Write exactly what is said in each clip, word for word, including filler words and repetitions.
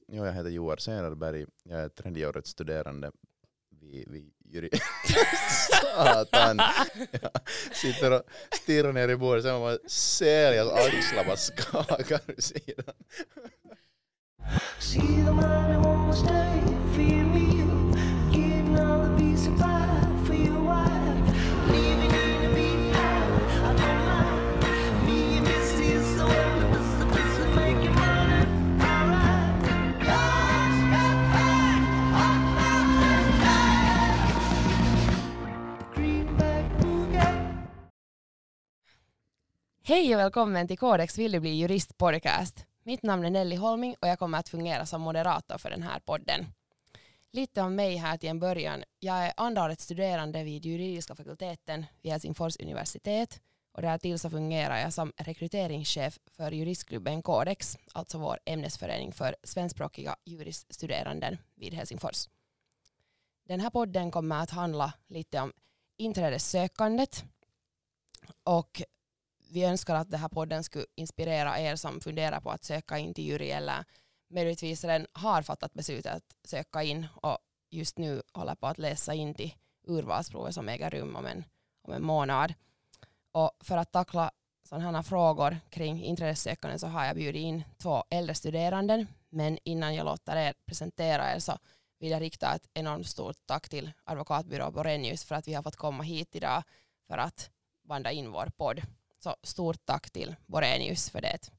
jo, jag heter Joar Senerberg. Jag är tredjeårets studerande vid, vid jury. Satan! Jag sitter och stirrar ner i bordet, sen man ser jag att axlar bara skakar ur sidan. See the man who won't stay for you, getting all the peace of pie for your wife, leaving in a beat out, I don't mind, me and Misty is the one that was the best to make it money, alright, Greenback Boogie. Hej och välkommen till Codex Vill du bli jurist podcast. Mitt namn är Nelly Holming och jag kommer att fungera som moderator för den här podden. Lite om mig här till en början. Jag är andraårets studerande vid juridiska fakulteten vid Helsingfors universitet och därtill så fungerar jag som rekryteringschef för juristklubben Codex, alltså vår ämnesförening för svenskspråkiga juriststuderanden vid Helsingfors. Den här podden kommer att handla lite om inträdessökandet och vi önskar att den här podden skulle inspirera er som funderar på att söka in till jury eller möjligtvis redan har fattat beslutet att söka in och just nu håller på att läsa in till urvalsprovet som äger rum om en, om en månad. Och för att tackla sådana här frågor kring inträdessökande så har jag bjudit in två äldre studerande. Men innan jag låter er presentera er så vill jag rikta ett enormt stort tack till advokatbyrå Borenius för att vi har fått komma hit idag för att banda in vår podd. Så stort tack till Borenius för det.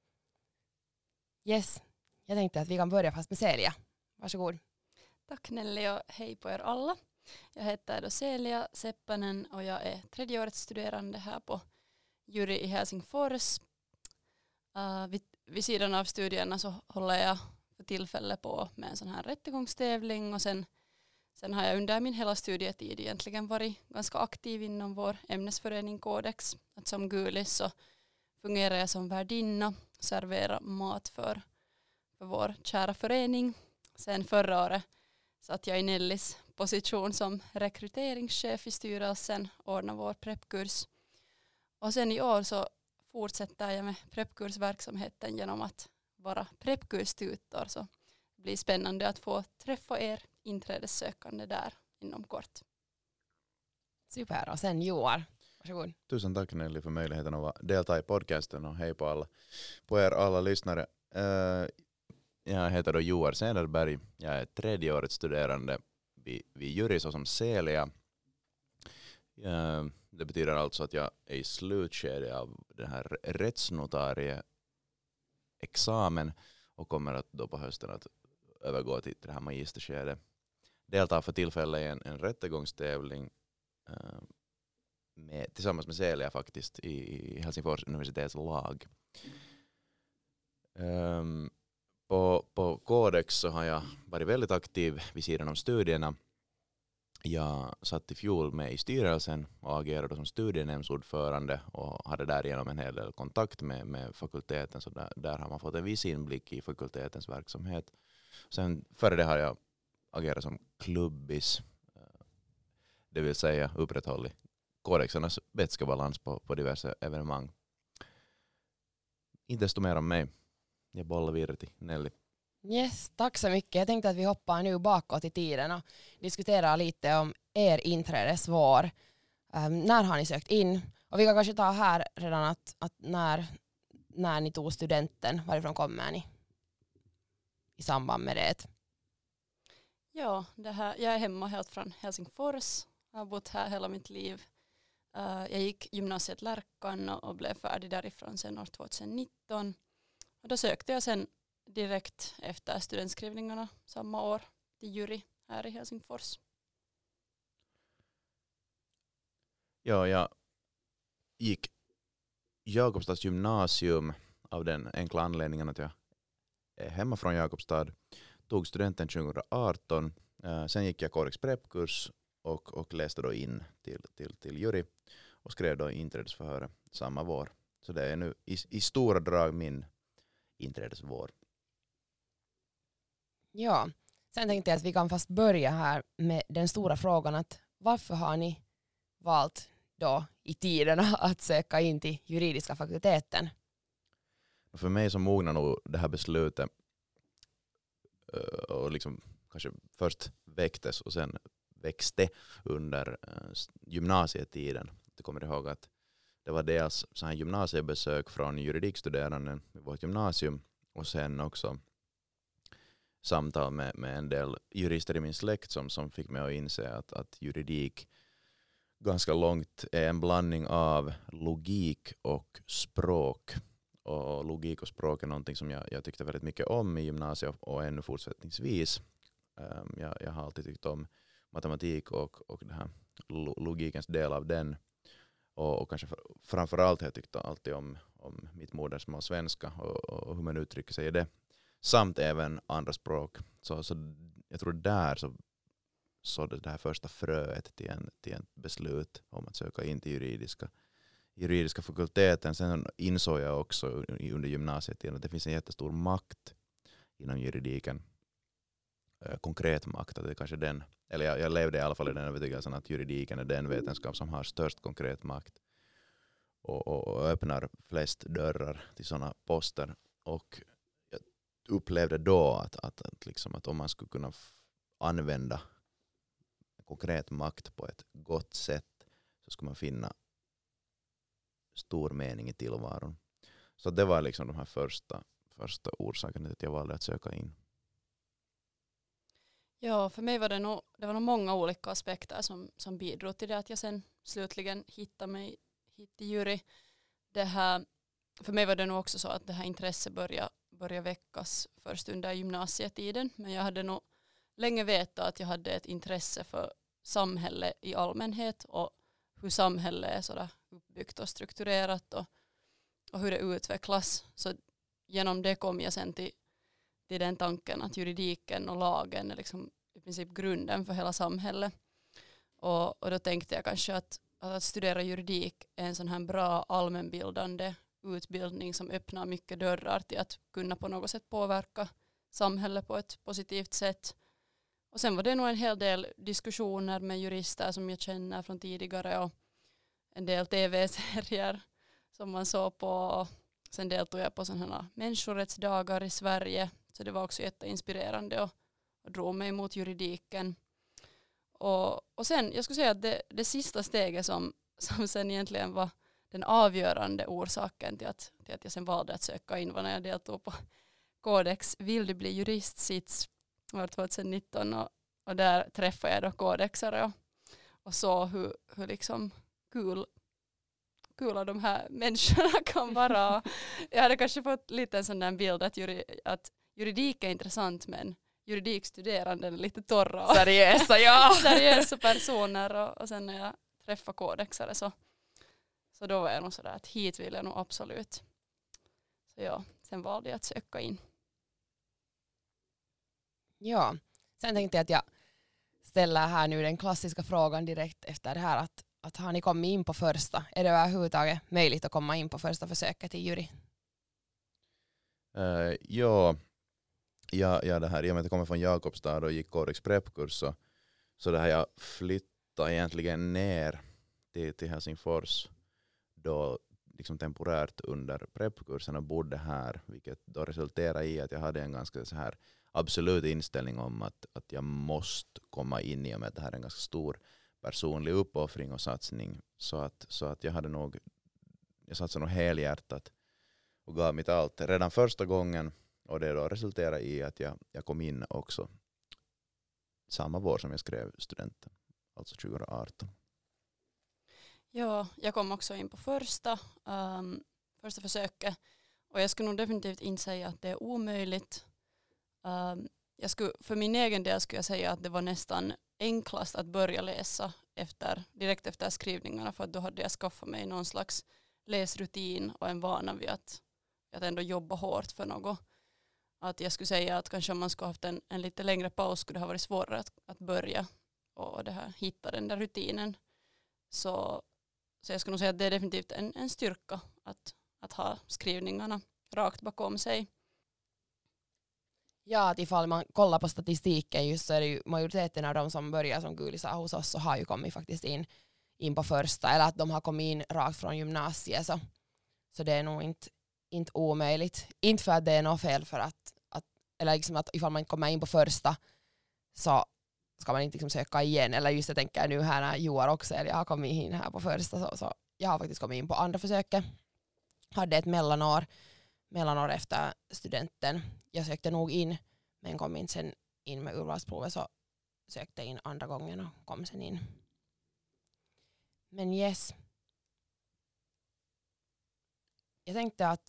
Yes, jag tänkte att vi kan börja fast med Celia. Varsågod. Tack Nelly och hej på er alla. Jag heter då Celia Seppänen och jag är tredjeårets studerande här på jury i Helsingfors. Uh, vid, vid sidan av studierna så håller jag för tillfälle på med en sån här rättegångstävling och sen, sen har jag under min hela studietid egentligen varit ganska aktiv inom vår ämnesförening Codex. Att som gulis så fungerar jag som värdinna, serverar mat för, för vår kära förening. Sen förra året satt jag i Nellys position som rekryteringschef i styrelsen, ordnar vår preppkurs. Och sen i år så fortsätter jag med preppkursverksamheten genom att vara preppkurstutor. Så det blir spännande att få träffa er inträdessökande där inom kort. Super, och sen Joar. Varsågod. Tusen tack Nelly för möjligheten att delta i podcasten och hej på, alla, på er alla lyssnare. Uh, jag heter då Joar Senerberg. Jag är tredjeårets studerande vid, vid jury som Celia. Uh, det betyder alltså att jag är i slutskedet av den här rättsnotarieexamen och kommer att då på hösten att övergå till det här magisterskedet. Deltar för tillfället i en, en rättegångstävling uh, med, tillsammans med Celia faktiskt i, i Helsingfors universitets lag. Um, på, på Codex så har jag varit väldigt aktiv vid sidan om studierna. Jag satt i fjol med i styrelsen och agerade som studienämndsordförande och hade därigenom en hel del kontakt med, med fakulteten. Så där, där har man fått en viss inblick i fakultetens verksamhet. Sen före det har jag agerat som klubbis, det vill säga upprätthållit kodexarnas vätskebalans på, på diverse evenemang. Inte desto mer om mig. Jag bollar vidare till Nelly. Yes, tack så mycket. Jag tänkte att vi hoppar nu bakåt i tiden och diskuterar lite om er inträdesvår. Um, när har ni sökt in? Och vi kan kanske ta här redan att, att när, när ni tog studenten, varifrån kommer ni i samband med det? Ja, det här, jag är hemma helt från Helsingfors. Jag har bott här hela mitt liv. Uh, jag gick gymnasiet Lärkan och, och blev färdig därifrån sen år tjugonitton. Och då sökte jag sen direkt efter studentskrivningarna samma år till jury här i Helsingfors. Ja, jag gick Jakobstads gymnasium av den enkla anledningen att jag är hemma från Jakobstad. Tog studenten tjugoarton. Uh, sen gick jag Codex preppkurs och, och läste då in till, till, till jury och skrev då inträdesförhör samma vår. Så det är nu i, i stora drag min inträdesvår. Ja, sen tänkte jag att vi kan fast börja här med den stora frågan att varför har ni valt då i tiderna att söka in till juridiska fakulteten? För mig så mognar nog det här beslutet och liksom kanske först väcktes och sen växte under gymnasietiden. Jag kommer ihåg att det var dels så här gymnasiebesök från juridikstuderande vid vårt gymnasium och sen också samtal med, med en del jurister i min släkt som, som fick mig att inse att, att juridik ganska långt är en blandning av logik och språk. Och logik och språk är någonting som jag, jag tyckte väldigt mycket om i gymnasiet och ännu fortsättningsvis. Um, jag, jag har alltid tyckt om matematik och, och det här logikens del av den. Och, och kanske framförallt har jag tyckt alltid om, om mitt modersmål svenska och, och hur man uttrycker sig i det. Samt även andra språk. Så, så jag tror där så, så det här första fröet till en, till en beslut om att söka in till juridiska, juridiska fakulteten. Sen insåg jag också under gymnasiet att det finns en jättestor makt inom juridiken. Konkret makt, att det är kanske den, eller jag, jag levde i alla fall i den övertygelsen att juridiken är den vetenskap som har störst konkret makt och, och, och öppnar flest dörrar till sådana poster. Och jag upplevde då att, att, att, liksom att om man skulle kunna f- använda konkret makt på ett gott sätt så skulle man finna stor mening i tillvaron. Så det var liksom de här första, första orsakerna till att jag valde att söka in. Ja, för mig var det nog, det var nog många olika aspekter som, som bidrog till det att jag sen slutligen hittade mig hit till jury. Det här, för mig var det nog också så att det här intresset började, började väckas först under gymnasietiden. Men jag hade nog länge vetat att jag hade ett intresse för samhälle i allmänhet och hur samhället är sådär uppbyggt och strukturerat och, och hur det utvecklas. Så genom det kom jag sen till till den tanken att juridiken och lagen är liksom i princip grunden för hela samhället. Och, och då tänkte jag kanske att, att studera juridik är en sån här bra allmänbildande utbildning som öppnar mycket dörrar till att kunna på något sätt påverka samhället på ett positivt sätt. Och sen var det nog en hel del diskussioner med jurister som jag känner från tidigare och en del tv-serier som man såg på. Sen deltog jag på sådana människorättsdagar i Sverige. Så det var också jätteinspirerande och, och drog mig mot juridiken. Och, och sen, jag skulle säga att det, det sista steget som, som sen egentligen var den avgörande orsaken till att, till att jag sen valde att söka in var när jag deltog på Codex Vill du bli jurist-sits år tjugonitton. Och, och där träffade jag då kodexare och, och såg hur, hur liksom kul kul de här människorna kan vara. Jag hade kanske fått lite en sån där bild att, juri, att juridik är intressant men juridikstuderande är lite torra. Seriösa, ja. Seriösa personer och, och sen när jag träffade kodexare så, så då var jag nog sådär att hit vill jag nog absolut. Så ja, sen valde jag att söka in. Ja, sen tänkte jag att jag ställer här nu den klassiska frågan direkt efter det här att Att har ni kommit in på första? Är det överhuvudtaget möjligt att komma in på första försöket till jury? Uh, ja, ja, ja, det här, i och med att jag kommer från Jakobstad och gick Codex Prep-kurs så, så det här jag flyttade egentligen ner till, till Helsingfors då liksom temporärt under Prep-kursen och bodde här, vilket då resulterade i att jag hade en ganska så här absolut inställning om att, att jag måste komma in i och med att det här är en ganska stor personlig uppoffring och satsning. Så att, så att jag hade nog, jag satsade nog helhjärtat och gav mitt allt redan första gången och det då resulterade i att jag, jag kom in också samma vår som jag skrev studenten, alltså tjugoarton. Ja, jag kom också in på första, um, första försöket och jag skulle nog definitivt inte säga att det är omöjligt. Um, jag skulle, för min egen del skulle jag säga att det var nästan enklast att börja läsa efter, direkt efter skrivningarna för att då hade jag skaffat mig någon slags läsrutin och en vana vid att, att ändå jobba hårt för något. Att jag skulle säga att kanske om man skulle haft en, en lite längre paus skulle det ha varit svårare att, att börja och det här, hitta den där rutinen. Så, så jag skulle nog säga att det är definitivt en, en styrka att, att ha skrivningarna rakt bakom sig. Ja, att ifall man kollar på statistiken just så är det ju majoriteten av de som börjar som Guli sa hos oss så har ju kommit faktiskt in, in på första eller att de har kommit in rakt från gymnasiet så, så det är nog inte, inte omöjligt. Inte för att det är något fel för att, att eller liksom att ifall man inte kommer in på första så ska man inte liksom söka igen. Eller just jag tänker nu här när Joar också, eller jag har kommit in här på första så, så jag har faktiskt kommit in på andra försöket. Hade ett mellanår, mellanår efter studenten. Jag sökte nog in men kom in sen in med urvalsprovet så sökte in andra gången och kom sen in. Men yes. Jag tänkte att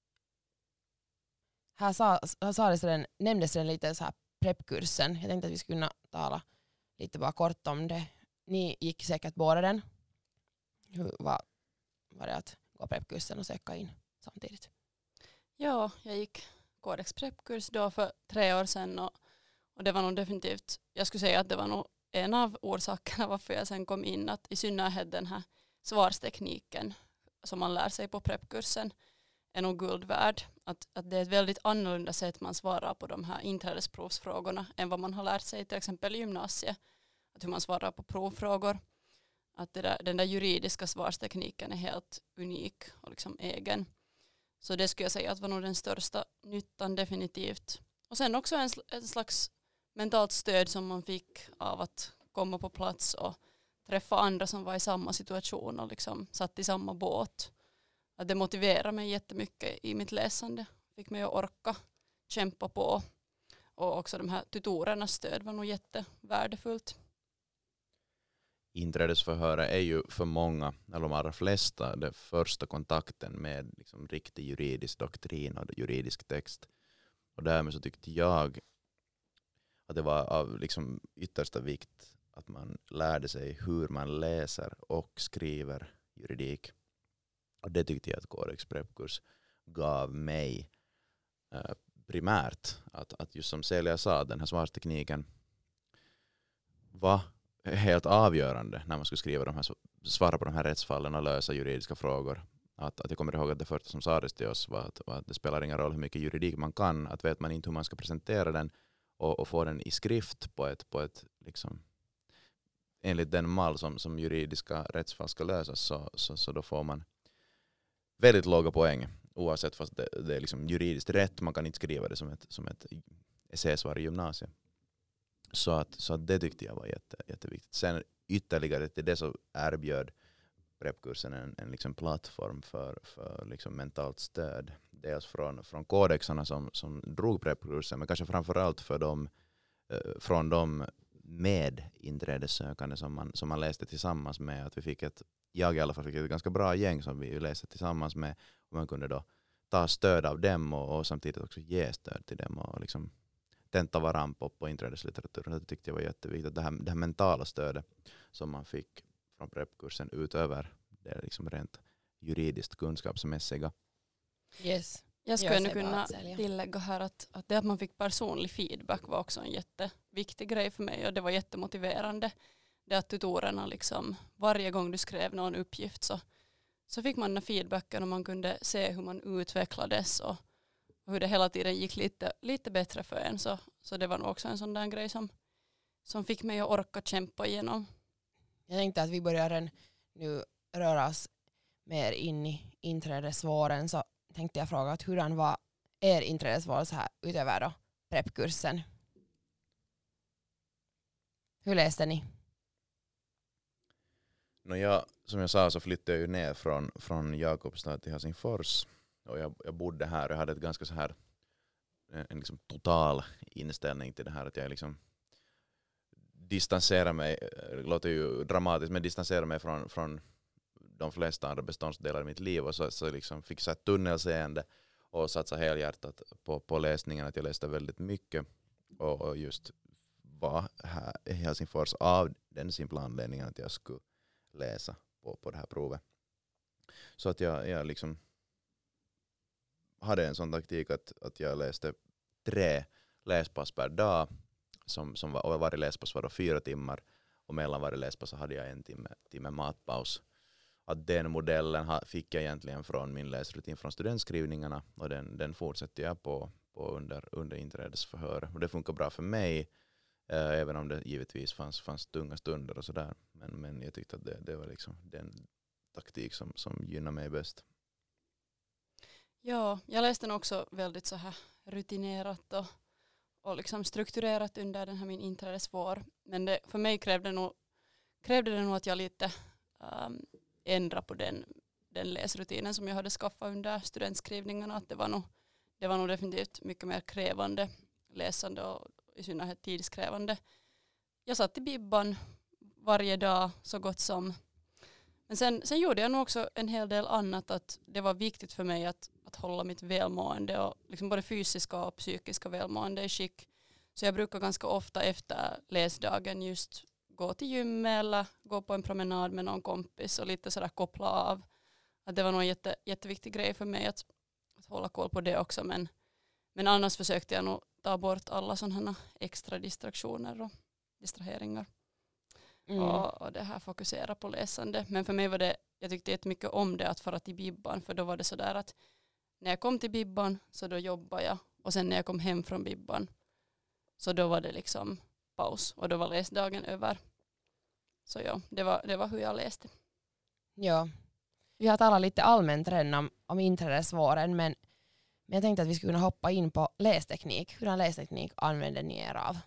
här, sa, här sades den, nämndes den lite så här preppkursen. Jag tänkte att vi skulle kunna tala lite bara kort om det. Ni gick säkert båda den. Hur var, var det att gå preppkursen och söka in samtidigt? Ja, jag gick Codex preppkurs då för tre år sedan och, och det var nog definitivt, jag skulle säga att det var nog en av orsakerna varför jag sen kom in, att i synnerhet den här svarstekniken som man lär sig på preppkursen är nog guld värd. Att, att det är ett väldigt annorlunda sätt man svarar på de här inträdesprovsfrågorna än vad man har lärt sig till exempel i gymnasiet. Att hur man svarar på provfrågor. Att det där, den där juridiska svarstekniken är helt unik och liksom egen. Så det skulle jag säga att var nog den största nyttan definitivt. Och sen också en, en slags mentalt stöd som man fick av att komma på plats och träffa andra som var i samma situation och liksom satt i samma båt. Att det motiverade mig jättemycket i mitt läsande. Fick mig att orka kämpa på. Och också de här tutorernas stöd var nog jättevärdefullt. Inträdesförhöret är ju för många, eller de allra flesta, den första kontakten med liksom riktig juridisk doktrin och juridisk text. Och därmed så tyckte jag att det var av liksom yttersta vikt att man lärde sig hur man läser och skriver juridik. Och det tyckte jag att Codex preppkurs gav mig eh, primärt. Att, att just som Celia sa, den här svarstekniken var helt avgörande när man skulle skriva de här, svara på de här rättsfallen och lösa juridiska frågor. Att, att jag kommer ihåg att det första som sades till oss var att, var att det spelar ingen roll hur mycket juridik man kan. Att vet man inte hur man ska presentera den och, och få den i skrift på ett, på ett liksom, enligt den mall som, som juridiska rättsfall ska lösas så, så, så då får man väldigt låga poäng oavsett fast det, det är liksom juridiskt rätt. Man kan inte skriva det som ett, som ett essay-svar i gymnasiet. Så att, så att det tyckte jag var jätte, jätteviktigt. Sen ytterligare till det så erbjöd preppkursen en, en liksom plattform för, för liksom mentalt stöd. Dels från, från kodexarna som, som drog preppkursen, men kanske framförallt för dem, eh, från de med inträdessökande som man, som man läste tillsammans med. Att vi fick ett, jag i alla fall fick ett ganska bra gäng som vi läste tillsammans med. Och man kunde då ta stöd av dem och, och samtidigt också ge stöd till dem och liksom tenta varann på, på inträdeslitteraturen. Det tyckte jag var jätteviktigt. Det här, det här mentala stödet som man fick från preppkursen utöver det liksom rent juridiskt kunskapsmässiga. Yes. Jag skulle nu kunna tillägga här att, att det att man fick personlig feedback var också en jätteviktig grej för mig och det var jättemotiverande. Det att tutorerna liksom varje gång du skrev någon uppgift så, så fick man den feedbacken och man kunde se hur man utvecklades och hur det hela tiden gick lite, lite bättre för en. Så, så det var nog också en sån där grej som, som fick mig att orka kämpa igenom. Jag tänkte att vi börjar nu röra oss mer in i inträdesvåren så tänkte jag fråga att hurdan var er inträdesvår så här utöver då preppkursen? Hur läste ni? No, jag, som jag sa så flyttade jag ju ner från, från Jakobstad till Helsingfors. Och jag, jag bodde här och jag hade ett ganska så här en, en liksom total inställning till det här att jag liksom distanserar mig, det låter ju dramatiskt, men distanserar mig från, från de flesta andra beståndsdelar i mitt liv och så, så liksom fick jag ett tunnelseende och satsa helhjärtat på, på läsningen, att jag läste väldigt mycket och, och just var här i Helsingfors av den simpla anledningen att jag skulle läsa på, på det här provet. Så att jag, jag liksom hade en sån taktik att, att jag läste tre läspass per dag som, som var, och varje läspass var då fyra timmar och mellan varje läspass så hade jag en timme, timme matpaus. Att den modellen fick jag egentligen från min läsrutin från studentskrivningarna och den, den fortsätter jag på, på under, under inträdesförhör. Och det funkar bra för mig eh, även om det givetvis fanns, fanns tunga stunder och sådär. Men, men jag tyckte att det, det var liksom den taktik som, som gynnar mig bäst. Ja, jag läste den också väldigt så här rutinerat och och liksom strukturerat under den här min inträdesvår. Men det, för mig krävde, nog, krävde det nog att jag lite um, ändrade på den, den läsrutinen som jag hade skaffat under studentskrivningarna. Att det var nog, det var nog definitivt mycket mer krävande läsande och i synnerhet tidskrävande. Jag satt i bibban varje dag så gott som. Men sen, sen gjorde jag nog också en hel del annat. Att det var viktigt för mig att, att hålla mitt välmående och liksom både fysiska och psykiska välmående i skick. Så jag brukar ganska ofta efter läsdagen just gå till gymmet eller gå på en promenad med någon kompis och lite sådär koppla av. Att det var nog en jätte, jätteviktig grej för mig att, att hålla koll på det också. Men, men annars försökte jag nog ta bort alla sådana extra distraktioner och distraheringar. Mm. Och, och det här fokusera på läsande. Men för mig var det, jag tyckte jättemycket om det att fara till bibban. För då var det sådär att när jag kom till bibban så då jobbade jag. Och sen när jag kom hem från bibban så då var det liksom paus. Och då var läsdagen över. Så ja, det var, det var hur jag läste. Ja, vi har talat lite allmänt redan om, om inträdesvåren. Men, men jag tänkte att vi skulle kunna hoppa in på lästeknik. Hur lästeknik använder ni er av?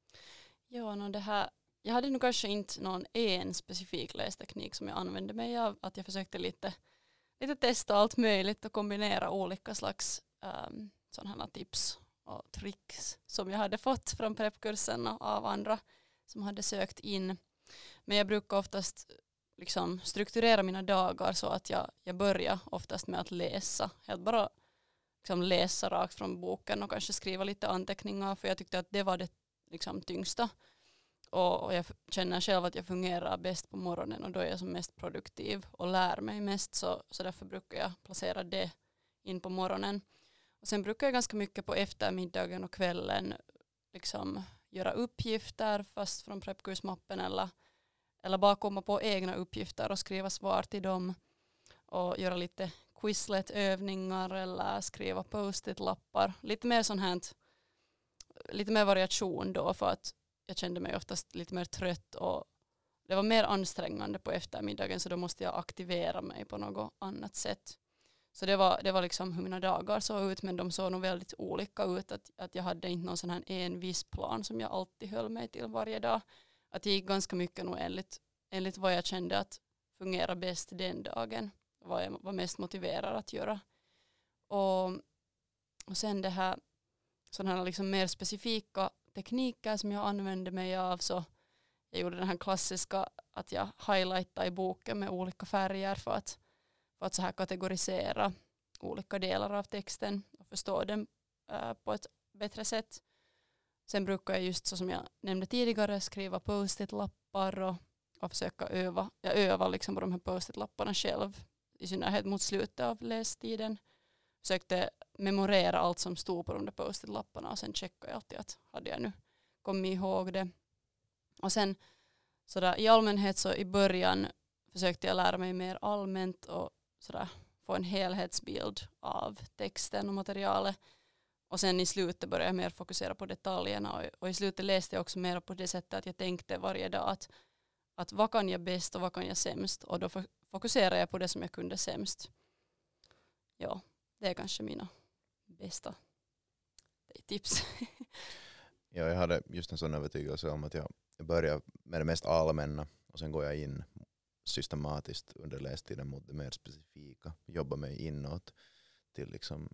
Ja, no, det här... Jag hade nog kanske inte någon en specifik lästeknik som jag använde mig av. Att jag försökte lite, lite testa allt möjligt och kombinera olika slags um, sådana tips och tricks som jag hade fått från preppkursen och av andra som hade sökt in. Men jag brukar oftast liksom strukturera mina dagar så att jag, jag börjar oftast med att läsa. Helt bara liksom läsa rakt från boken och kanske skriva lite anteckningar för jag tyckte att det var det liksom tyngsta. Och jag känner själv att jag fungerar bäst på morgonen och då är jag som mest produktiv och lär mig mest så, så därför brukar jag placera det in på morgonen. Och sen brukar jag ganska mycket på eftermiddagen och kvällen liksom göra uppgifter fast från preppkursmappen eller, eller bara komma på egna uppgifter och skriva svar till dem och göra lite Quizlet-övningar eller skriva post-it-lappar. Lite mer sånt här, lite mer variation då för att jag kände mig oftast lite mer trött och det var mer ansträngande på eftermiddagen så då måste jag aktivera mig på något annat sätt. Så det var, det var liksom hur mina dagar såg ut men de såg nog väldigt olika ut. Att, att jag hade inte någon sån här en viss plan som jag alltid höll mig till varje dag. Att det gick ganska mycket nog enligt, enligt vad jag kände att fungera bäst den dagen. Vad jag var mest motiverad att göra. Och, och sen det här sådana här liksom mer specifika tekniker som jag använde mig av så jag gjorde den här klassiska att jag highlightade i boken med olika färger för att, för att så här kategorisera olika delar av texten och förstå den äh, på ett bättre sätt. Sen brukar jag just så som jag nämnde tidigare skriva post-it-lappar och, och försöka öva. Jag övar liksom på de här post-it-lapparna själv i synnerhet mot slutet av lästiden. Försökte memorera allt som stod på de där post-it-lapparna och sen checkade jag alltid att hade jag nu kommit ihåg det. Och sen sådär, i allmänhet så i början försökte jag lära mig mer allmänt och sådär, få en helhetsbild av texten och materialet. Och sen i slutet började jag mer fokusera på detaljerna och, och i slutet läste jag också mer på det sättet att jag tänkte varje dag att, att vad kan jag bäst och vad kan jag sämst och då fokuserade jag på det som jag kunde sämst. Ja. Det är kanske mina bästa tips. Ja, jag hade just en sån övertygelse om att jag börjar med det mest allmänna och sen går jag in systematiskt under lästiden mot det mer specifika. Jobbar mig inåt till liksom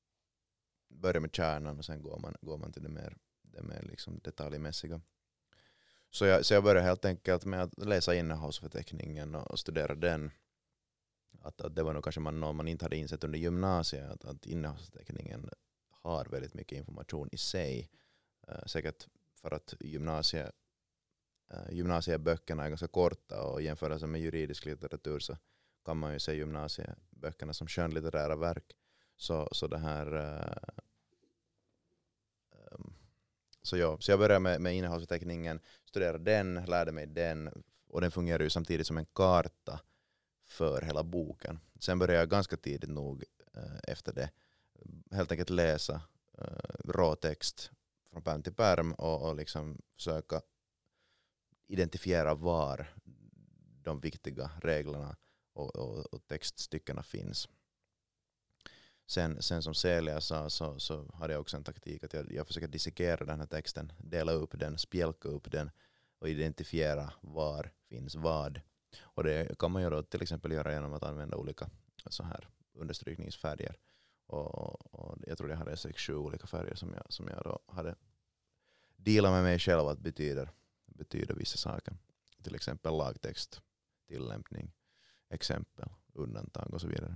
börja med kärnan och sen går man, går man till det mer, det mer liksom detaljmässiga. Så jag, så jag började helt enkelt med att läsa innehållsförteckningen och studera den. Att, att det var nog kanske man, någon man inte hade insett under gymnasiet att, att innehållsförteckningen har väldigt mycket information i sig. Uh, säkert för att gymnasie, uh, gymnasieböckerna är ganska korta och jämförelse med juridisk litteratur så kan man ju se gymnasieböckerna som skönlitterära verk. Så, så det här uh, um, så, ja, så jag började med, med innehållsförteckningen, studerade den, lärde mig den och den fungerar ju samtidigt som en karta för hela boken. Sen började jag ganska tidigt nog eh, efter det helt enkelt läsa eh, råtext från pärm till pärm och, och liksom försöka identifiera var de viktiga reglerna och, och, och textstyckena finns. Sen, sen som Celia sa så, så hade jag också en taktik att jag, jag försöker dissekera den här texten, dela upp den, spjälka upp den och identifiera var finns vad. Och det kan man ju då till exempel göra genom att använda olika så här understrykningsfärger. Och, och jag tror jag hade sex, sju olika färger som jag, som jag då hade dealat med mig själv att betyder, betyder vissa saker. Till exempel lagtext, tillämpning, exempel, undantag och så vidare.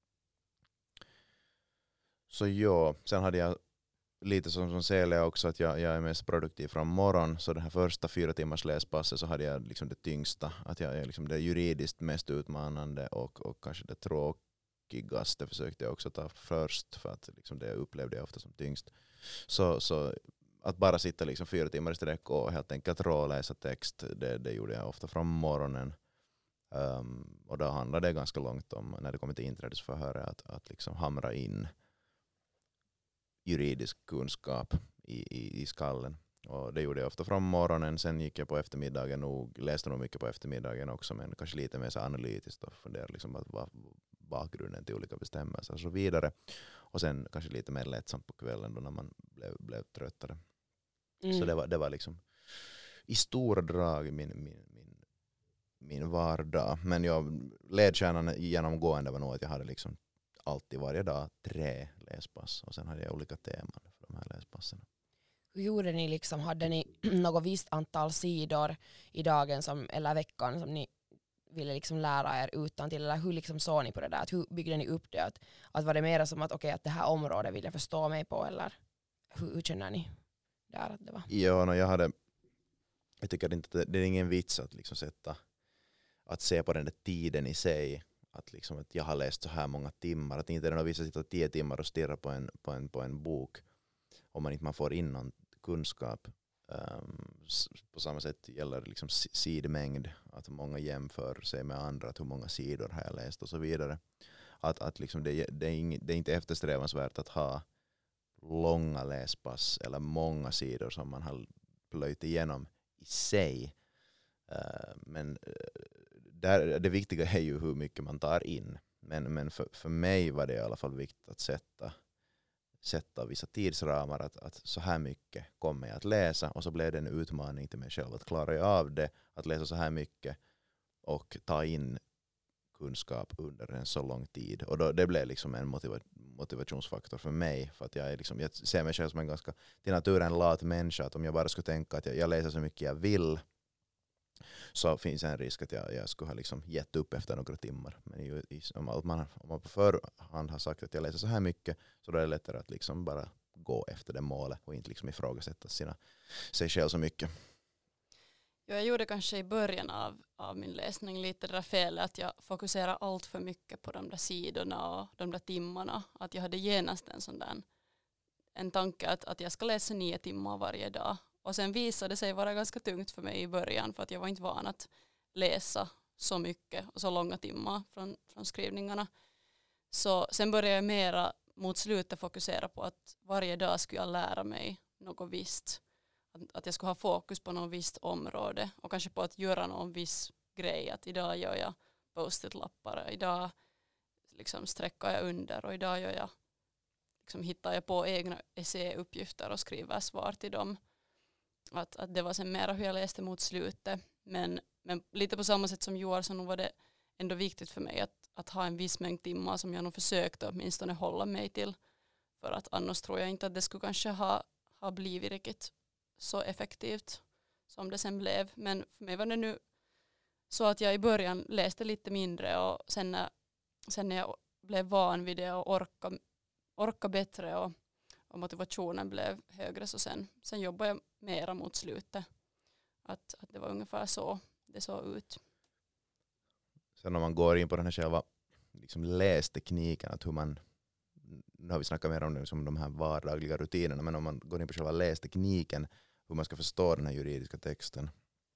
Så ja, sen hade jag lite som, som Celia också att jag, jag är mest produktiv från morgon. Så den här första fyra timmars läspasset så hade jag liksom det tyngsta. Att jag är liksom det juridiskt mest utmanande och, och kanske det tråkigaste försökte jag också ta först. För att liksom det upplevde jag ofta som tyngst. Så, så att bara sitta liksom fyra timmar i sträck och helt enkelt råläsa text. Det, det gjorde jag ofta från morgonen. Um, och då handlade det ganska långt om när det kommer till inträdesförhöret att, att liksom hamra in juridisk kunskap i, i, i skallen. Och det gjorde jag ofta från morgonen. Sen gick jag på eftermiddagen och läste nog mycket på eftermiddagen också, men kanske lite mer så analytiskt och funderade liksom att vad bakgrunden till olika bestämmelser och så vidare. Och sen kanske lite mer lättsamt på kvällen då när man blev, blev tröttare. Mm. Så det var, det var liksom i stora drag min, min, min, min vardag. Men jag, ledstjärnan genomgående var nog att jag hade liksom alltid varje dag tre läspass och sen hade jag olika teman för de här läspassen. Hur gjorde ni liksom, hade ni något visst antal sidor i dagen som, eller veckan som ni ville liksom lära er utan till, eller hur liksom såg ni på det där? Att hur byggde ni upp det? Att, att var det mer som att okej, okay, att det här området vill jag förstå mig på, eller hur, hur känner ni där att det var? Ja, no, jag hade jag tycker inte det, det är ingen vits att liksom sätta att se på den där tiden i sig. Att, liksom, att jag har läst så här många timmar. Att inte är det något vissa sitta tio timmar och stirra på en, på en, på en bok om man inte man får in någon kunskap. Um, på samma sätt gäller liksom sidmängd. Att många jämför sig med andra. Att hur många sidor har jag läst och så vidare. Att, att liksom det, det, är ing, det är inte eftersträvansvärt att ha långa läspass eller många sidor som man har plöjt igenom i sig. Uh, men där, det viktiga är ju hur mycket man tar in. Men, men för, för mig var det i alla fall viktigt att sätta, sätta vissa tidsramar. Att, att så här mycket kommer jag att läsa. Och så blev det en utmaning till mig själv. Att klara jag av det, att läsa så här mycket och ta in kunskap under en så lång tid. Och då, det blev liksom en motiva- motivationsfaktor för mig. För att jag, är liksom, jag ser mig själv som en ganska till naturen lat människa. Att om jag bara skulle tänka att jag, jag läser så mycket jag vill, så finns en risk att jag, jag skulle ha liksom gett upp efter några timmar. Men i, i, om, man, om man på förhand har sagt att jag läser så här mycket, så då är det lättare att liksom bara gå efter det målet och inte liksom ifrågasätta sina, sig själv så mycket. Ja, jag gjorde kanske i början av, av min läsning lite det där felet att jag fokuserade allt för mycket på de där sidorna och de där timmarna. Att jag hade genast en sån där en tanke att, att jag ska läsa nio timmar varje dag. Och sen visade det sig vara ganska tungt för mig i början för att jag var inte van att läsa så mycket och så långa timmar från, från skrivningarna. Så sen började jag mera mot slutet fokusera på att varje dag skulle jag lära mig något visst. Att, att jag skulle ha fokus på något visst område och kanske på att göra någon viss grej. Att idag gör jag post-it-lappar, idag liksom sträcker jag under och idag gör jag, liksom hittar jag på egna essäuppgifter och skriver svar till dem. Att, att det var sen mera hur jag läste mot slutet. Men, men lite på samma sätt som Joar så nog var det ändå viktigt för mig att, att ha en viss mängd timmar som jag nog försökte åtminstone hålla mig till. För att annars tror jag inte att det skulle kanske ha, ha blivit riktigt så effektivt som det sen blev. Men för mig var det nu så att jag i början läste lite mindre och sen när, sen när jag blev van vid det och orkade, orkade bättre och och motivationen blev högre så sen, sen jobbade jag mera mot slutet. Att, att det var ungefär så det såg ut. Sen om man går in på den här själva liksom lästekniken, att hur man, nu har vi snackat mer om det som de här vardagliga rutinerna, men om man går in på själva lästekniken, hur man ska förstå den här juridiska texten,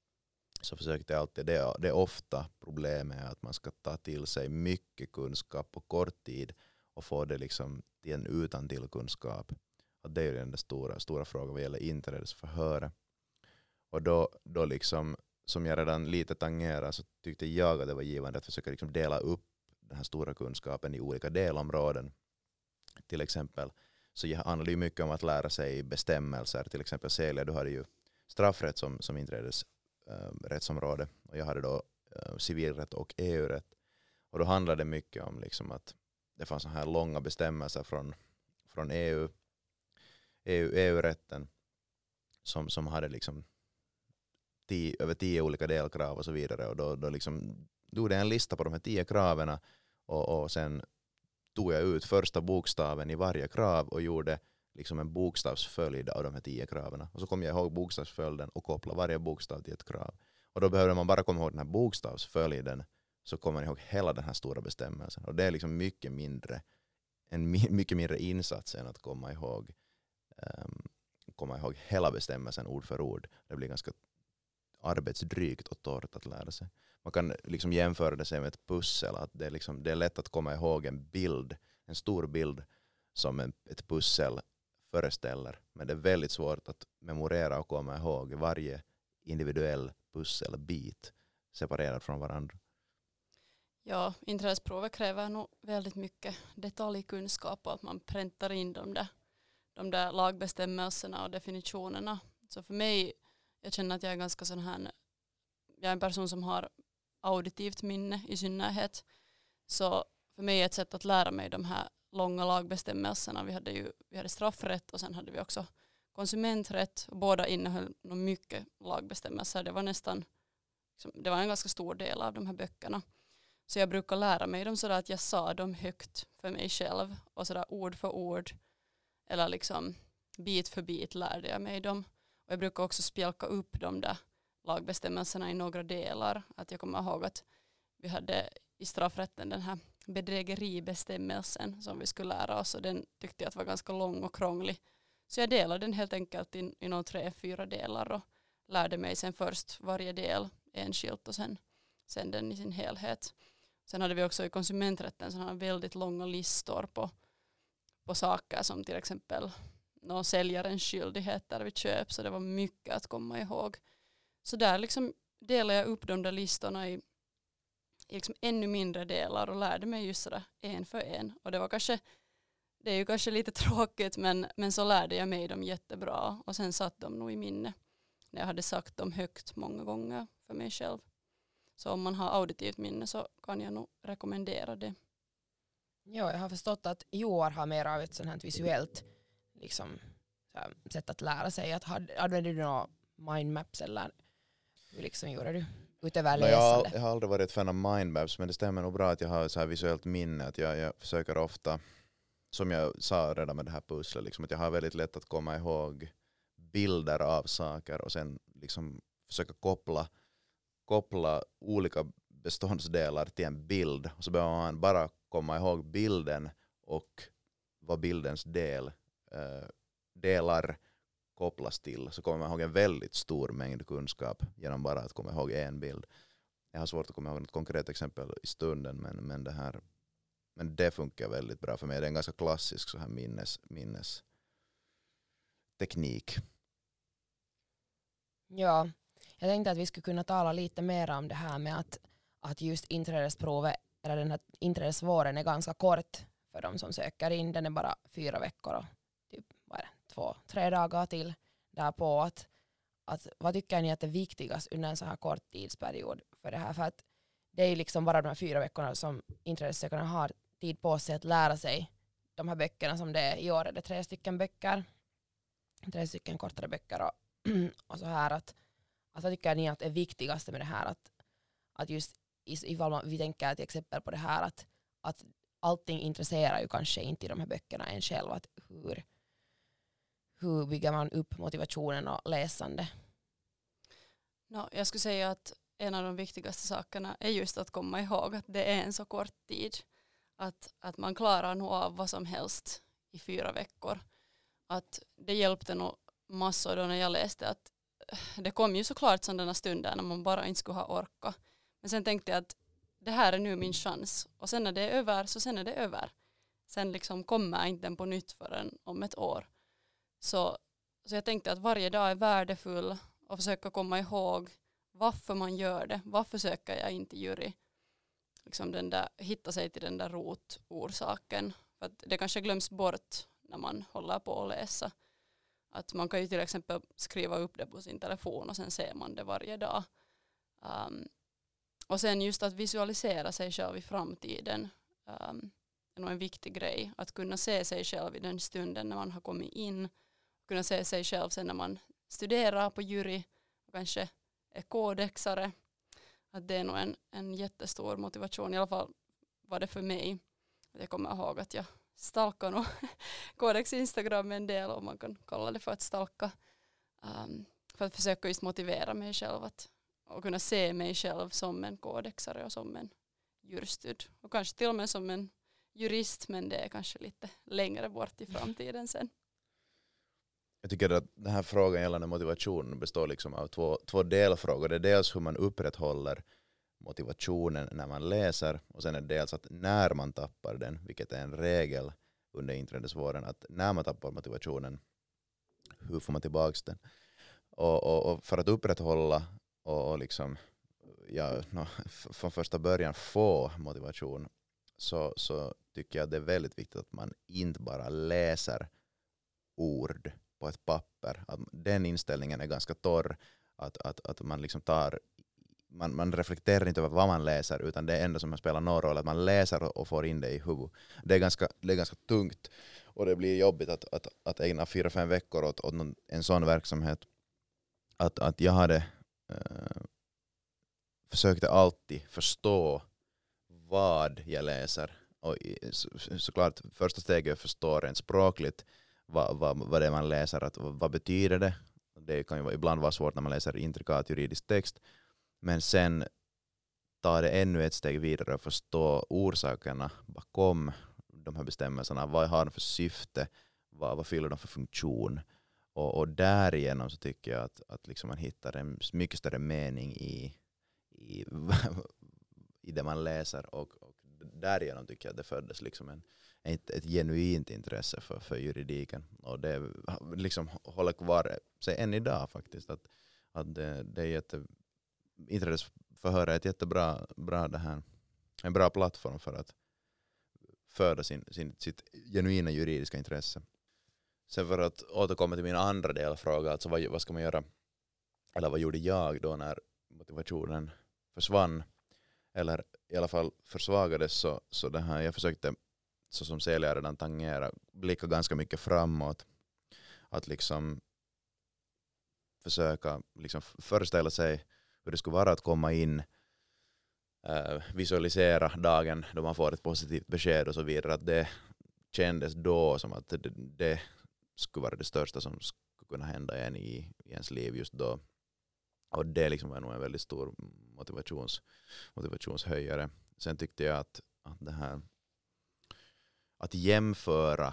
så försökte jag alltid, det är, det är ofta problemet att man ska ta till sig mycket kunskap på kort tid och få det liksom till en utan till kunskap. Och det är den stora, stora frågan vad gäller inträdesförhör. Och då, då liksom, som jag redan lite tangerar, så tyckte jag att det var givande att försöka liksom dela upp den här stora kunskapen i olika delområden. till exempel. Så det handlar ju mycket om att lära sig bestämmelser. Till exempel Celia, du hade ju straffrätt som, som inträdesrättsområde. Uh, och jag hade då uh, civilrätt och E U-rätt. Och då handlade det mycket om liksom att det fanns så här långa bestämmelser från, från E U, E U, E U-rätten som, som hade liksom tio, över tio olika delkrav och så vidare. Och då, då liksom gjorde jag en lista på de här tio kraven och, och sen tog jag ut första bokstaven i varje krav och gjorde liksom en bokstavsföljd av de här tio kraven. Och så kom jag ihåg bokstavsföljden och kopplade varje bokstav till ett krav. Och då behövde man bara komma ihåg den här bokstavsföljden, så kommer man ihåg hela den här stora bestämmelsen. Och det är liksom mycket mindre, en mycket mindre insats än att komma ihåg, um, komma ihåg hela bestämmelsen ord för ord. Det blir ganska arbetsdrygt och torrt att lära sig. Man kan liksom jämföra det med ett pussel. Att det, är liksom, det är lätt att komma ihåg en bild, en stor bild som en, ett pussel föreställer. Men det är väldigt svårt att memorera och komma ihåg varje individuell pusselbit separerad från varandra. Ja, inträdesprovet kräver nog väldigt mycket detaljkunskap och att man präntar in de där, de där lagbestämmelserna och definitionerna. Så för mig, jag känner att jag är ganska sån här, jag är en person som har auditivt minne i synnerhet. Så för mig är ett sätt att lära mig de här långa lagbestämmelserna. Vi hade ju vi hade straffrätt och sen hade vi också konsumenträtt. Och båda innehöll nog mycket lagbestämmelser. Det var nästan, det var en ganska stor del av de här böckerna. Så jag brukar lära mig dem sådär att jag sa dem högt för mig själv. Och sådär ord för ord. Eller liksom bit för bit lärde jag mig dem. Och jag brukar också spjälka upp de där lagbestämmelserna i några delar. Att jag kommer ihåg att vi hade i straffrätten den här bedrägeribestämmelsen som vi skulle lära oss. Och den tyckte jag var ganska lång och krånglig. Så jag delade den helt enkelt in, i några tre, fyra delar. Och lärde mig sen först varje del enskilt och sen, sen den i sin helhet. Sen hade vi också i konsumenträtten sådana väldigt långa listor på, på saker som till exempel någon säljarens skyldigheter vid köp. Så det var mycket att komma ihåg. Så där liksom delade jag upp de där listorna i, i liksom ännu mindre delar och lärde mig just sådär en för en. Och det var kanske, det är ju kanske lite tråkigt men, men så lärde jag mig dem jättebra. Och sen satt de nog i minne när jag hade sagt dem högt många gånger för mig själv. Så om man har auditivt minne så kan jag nog rekommendera det. Ja, jag har förstått att Joar har mer av ett sånt här visuellt liksom, så här, sätt att lära sig. Att had, använder du några mindmaps eller hur liksom gjorde du utöver no, jag, har, läsande? jag har aldrig varit ett fan av mindmaps, men det stämmer nog bra att jag har så här visuellt minne. Att jag, jag försöker ofta, som jag sa redan med det här pusslet, liksom, att jag har väldigt lätt att komma ihåg bilder av saker och sen liksom försöka koppla koppla olika beståndsdelar till en bild. Och så behöver man bara komma ihåg bilden och vad bildens del, eh, delar kopplas till. Så kommer man ihåg en väldigt stor mängd kunskap genom bara att komma ihåg en bild. Jag har svårt att komma ihåg något konkret exempel i stunden, men, men, det, här, men det funkar väldigt bra för mig. Det är en ganska klassisk så här minnes, minnesteknik. Ja. Jag tänkte att vi skulle kunna tala lite mer om det här med att, att just inträdesprovet eller den här inträdesvåren är ganska kort för de som söker in. Den är bara fyra veckor och typ vad är det, två, tre dagar till därpå. Att, att, vad tycker ni att är viktigast under en så här kort tidsperiod för det här? För att det är liksom bara de här fyra veckorna som inträdessökarna har tid på sig att lära sig de här böckerna som det är. I år är det tre stycken böcker, tre stycken kortare böcker och, och så här att Alltså, vad tycker ni att är viktigast med det här? Att, att just ifall man, vi tänker till exempel på det här att, att allting intresserar ju kanske inte i de här böckerna en själv. Att hur, hur bygger man upp motivationen och läsande? No, jag skulle säga att en av de viktigaste sakerna är just att komma ihåg att det är en så kort tid. Att, att man klarar nog av vad som helst i fyra veckor. Att det hjälpte nog massor då när jag läste att det kom ju såklart sådana stunder när man bara inte skulle ha orka. Men sen tänkte jag att det här är nu min chans. Och sen när det är över så sen är det över. Sen liksom kommer jag inte på nytt förrän om ett år. Så, så jag tänkte att varje dag är värdefull och försöka komma ihåg varför man gör det. Varför söker jag inte jury? Liksom den där, hitta sig till den där rotorsaken. För att det kanske glöms bort när man håller på att läsa. Att man kan ju till exempel skriva upp det på sin telefon och sen ser man det varje dag. Um, och sen just att visualisera sig själv i framtiden um, är nog en viktig grej. Att kunna se sig själv i den stunden när man har kommit in. Kunna se sig själv sen när man studerar på jury och kanske är kodexare. Att det är nog en, en jättestor motivation. I alla fall var det för mig. Jag kommer ihåg att jag stalkar nog Codex Instagram en del, om man kan kalla det för att stalka. Um, för att försöka just motivera mig själv att, och kunna se mig själv som en kodexare och som en jurstud. Och kanske till och med som en jurist, men det är kanske lite längre bort i framtiden sen. Jag tycker att den här frågan gällande motivation består liksom av två, två delfrågor. Det är dels hur man upprätthåller motivationen när man läser, och sen är det dels att när man tappar den, vilket är en regel under inträdesvåren, att när man tappar motivationen, hur får man tillbaka den? Och, och, och för att upprätthålla och, och liksom, ja, no, från första början få motivation, så, så tycker jag det är väldigt viktigt att man inte bara läser ord på ett papper. Att den inställningen är ganska torr, att, att, att man liksom tar Man, man reflekterar inte över vad man läser, utan det enda som spelar någon roll att man läser och, och får in det i huvudet. Det är ganska, det är ganska tungt, och det blir jobbigt att, att, att ägna fyra, fem veckor åt, åt någon, en sån verksamhet. Att, att jag hade eh, försökte alltid förstå vad jag läser. Och så, såklart första steget är att förstå rent språkligt vad, vad, vad det är man läser, att, vad betyder det. Det kan ju ibland vara svårt när man läser intrikat juridisk text. Men sen tar det ännu ett steg vidare och förstå orsakerna bakom de här bestämmelserna. Vad har de för syfte? Vad, vad fyller de för funktion? Och, och därigenom så tycker jag att, att liksom man hittar en mycket större mening i, i, i det man läser. Och, och därigenom tycker jag att det föddes liksom en, ett, ett genuint intresse för, för juridiken. Och det liksom håller kvar sig än idag faktiskt. Att, att det, det är jätte... Inträdesförhör är ett jättebra bra det här, en bra plattform för att föda sin, sin, sitt genuina juridiska intresse. Sen för att återkomma till min andra delfråga, alltså vad, vad ska man göra, eller vad gjorde jag då när motivationen försvann, eller i alla fall försvagades, så, så det här, jag försökte, så som Celia redan tangerar, blicka ganska mycket framåt. Att liksom försöka liksom föreställa sig hur det skulle vara att komma in, äh, visualisera dagen då man får ett positivt besked och så vidare. Att det kändes då som att det, det skulle vara det största som skulle kunna hända en i, i ens liv just då. Och det liksom var nog en väldigt stor motivations, motivationshöjare. Sen tyckte jag att, att det här att jämföra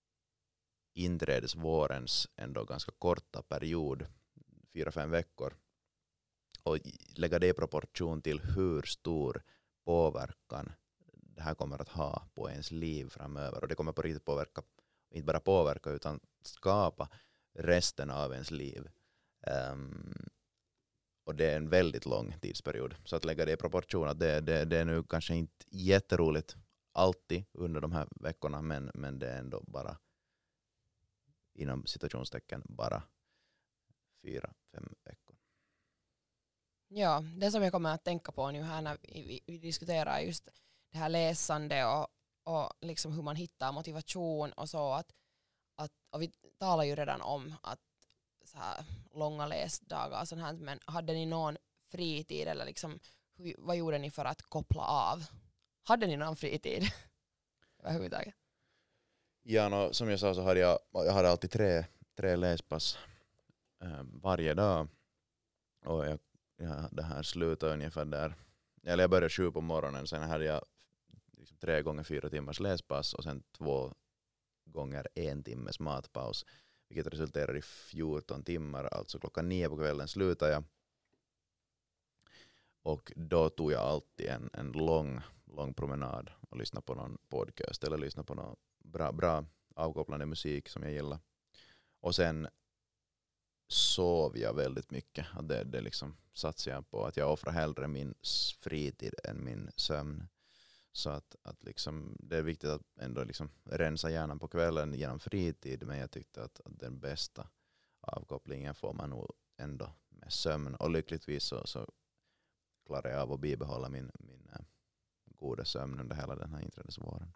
inträdesvårens ändå ganska korta period, fyra, fem veckor, och lägga det i proportion till hur stor påverkan det här kommer att ha på ens liv framöver. Och det kommer på riktigt påverka, inte bara påverka utan skapa resten av ens liv. Um, och det är en väldigt lång tidsperiod. Så att lägga det i proportion, att det, det, det är nu kanske inte jätteroligt alltid under de här veckorna, men, men det är ändå bara inom situationstecken bara fyra, fem veckor. Ja, det som jag kommer att tänka på nu här när vi, vi diskuterar just det här läsande och, och liksom hur man hittar motivation och så, att, att och vi talar ju redan om att så här långa läsdagar och sånt här, men hade ni någon fritid eller liksom hur, vad gjorde ni för att koppla av? Hade ni någon fritid överhuvudtaget? Ja, no, som jag sa så hade jag, jag hade alltid tre, tre läspass eh, varje dag, och jag Ja, det här slutade ungefär där. Eller jag började sju på morgonen, sen hade jag liksom tre gånger fyra timmars läspass och sen två gånger en timmes matpaus, vilket resulterar i fjorton timmar. Alltså klockan nio på kvällen slutade jag, och då tog jag alltid en, en lång, lång promenad och lyssnade på någon podcast eller lyssnade på någon bra, bra avkopplande musik som jag gillar. Och sen sov jag väldigt mycket. Det, det liksom satsade jag på, att jag offrar hellre min fritid än min sömn. Så att, att liksom, det är viktigt att ändå liksom rensa hjärnan på kvällen genom fritid, men jag tyckte att, att den bästa avkopplingen får man nog ändå med sömn. Och lyckligtvis så, så klarar jag av att bibehålla min, min äh, goda sömn under hela den här inträdesvåren.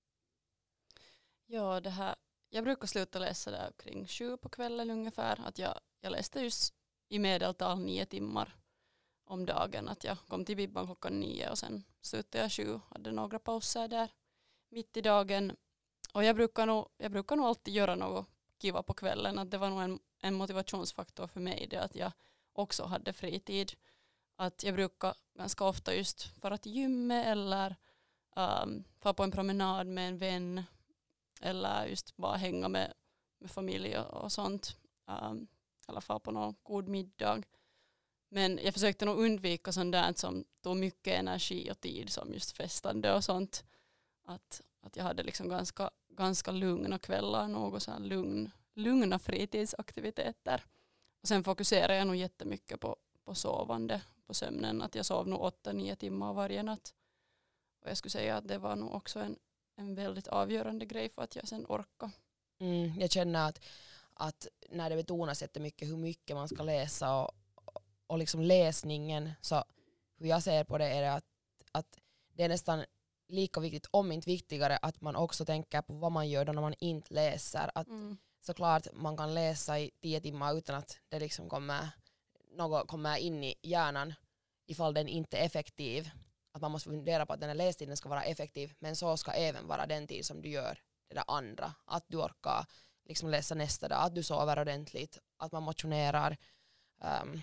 Ja, det här, jag brukar sluta läsa där kring sju på kvällen ungefär. Att jag, jag läste just i medeltal nio timmar om dagen. Att jag kom till bibban klockan nio och sen slutade jag sju. Hade några pauser där mitt i dagen. Och jag brukar nog, jag brukar nog alltid göra något kiva på kvällen. Att det var nog en, en motivationsfaktor för mig det att jag också hade fritid. Att jag brukar ganska ofta just fara till gymmet eller um, fara på en promenad med en vän. Eller just bara hänga med, med familj och, och sånt. Um, I alla fall på någon god middag. Men jag försökte nog undvika sånt där som tog mycket energi och tid som just festande och sånt. Att, att jag hade liksom ganska, ganska lugna kvällar, något så här lugn, lugna fritidsaktiviteter. Och sen fokuserar jag nog jättemycket på, på sovande, på sömnen. Att jag sov nog åtta, nio timmar varje natt. Och jag skulle säga att det var nog också en, en väldigt avgörande grej för att jag sen orkar. Mm, jag känner att, att när det betonas jättemycket hur mycket man ska läsa och, och liksom läsningen, så hur jag ser på det är det att, att det är nästan lika viktigt, om inte viktigare, att man också tänker på vad man gör då när man inte läser. Att Mm. såklart man kan läsa i tio timmar utan att det liksom kommer, något kommer in i hjärnan ifall den inte är effektiv. Att man måste fundera på att den här lästiden ska vara effektiv, men så ska även vara den tid som du gör det där andra. Att du orkar liksom läsa nästa dag, att du sover ordentligt, att man motionerar, um,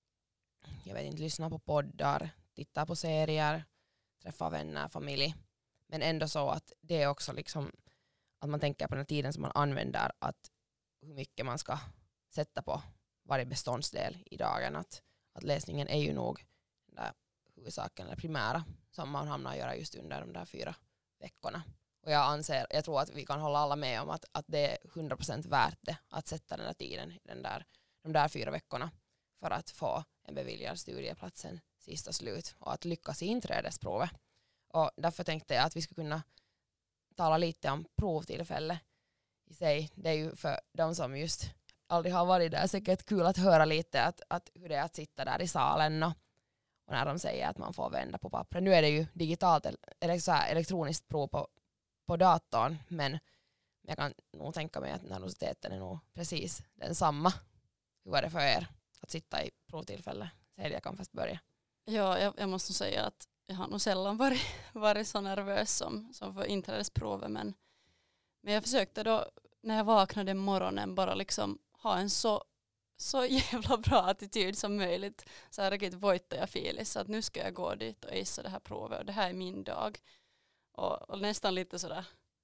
jag vet inte, lyssnar på poddar, tittar på serier, träffar vänner, familj. Men ändå så att det är också liksom att man tänker på den tiden som man använder, att hur mycket man ska sätta på varje beståndsdel i dagen. Att, att läsningen är ju nog den där huvudsaken eller primära som man hamnar att göra just under de där fyra veckorna. Och jag anser, jag tror att vi kan hålla alla med om att, att det är hundra procent värt det att sätta den där tiden i den där, de där fyra veckorna för att få en beviljad studieplatsen sista slut och att lyckas i inträdesprovet. Och därför tänkte jag att vi skulle kunna tala lite om provtillfälle i sig. Det är ju för de som just aldrig har varit där säkert kul att höra lite att, att hur det är att sitta där i salen och, och när de säger att man får vända på pappret. Nu är det ju digitalt eller så här elektroniskt prov på, på datorn, men jag kan nog tänka mig att nervositeten är nog precis densamma. Hur var det för er att sitta i provtillfälle? Celia kan fast börja. Ja, jag, jag måste säga att jag har nog sällan varit, varit så nervös som, som för inträdesprovet. Men, men jag försökte då när jag vaknade morgonen bara liksom ha en så, så jävla bra attityd som möjligt. Så här riktigt vojta jag filis att nu ska jag gå dit och isa det här provet och det här är min dag. Och, och nästan lite sådär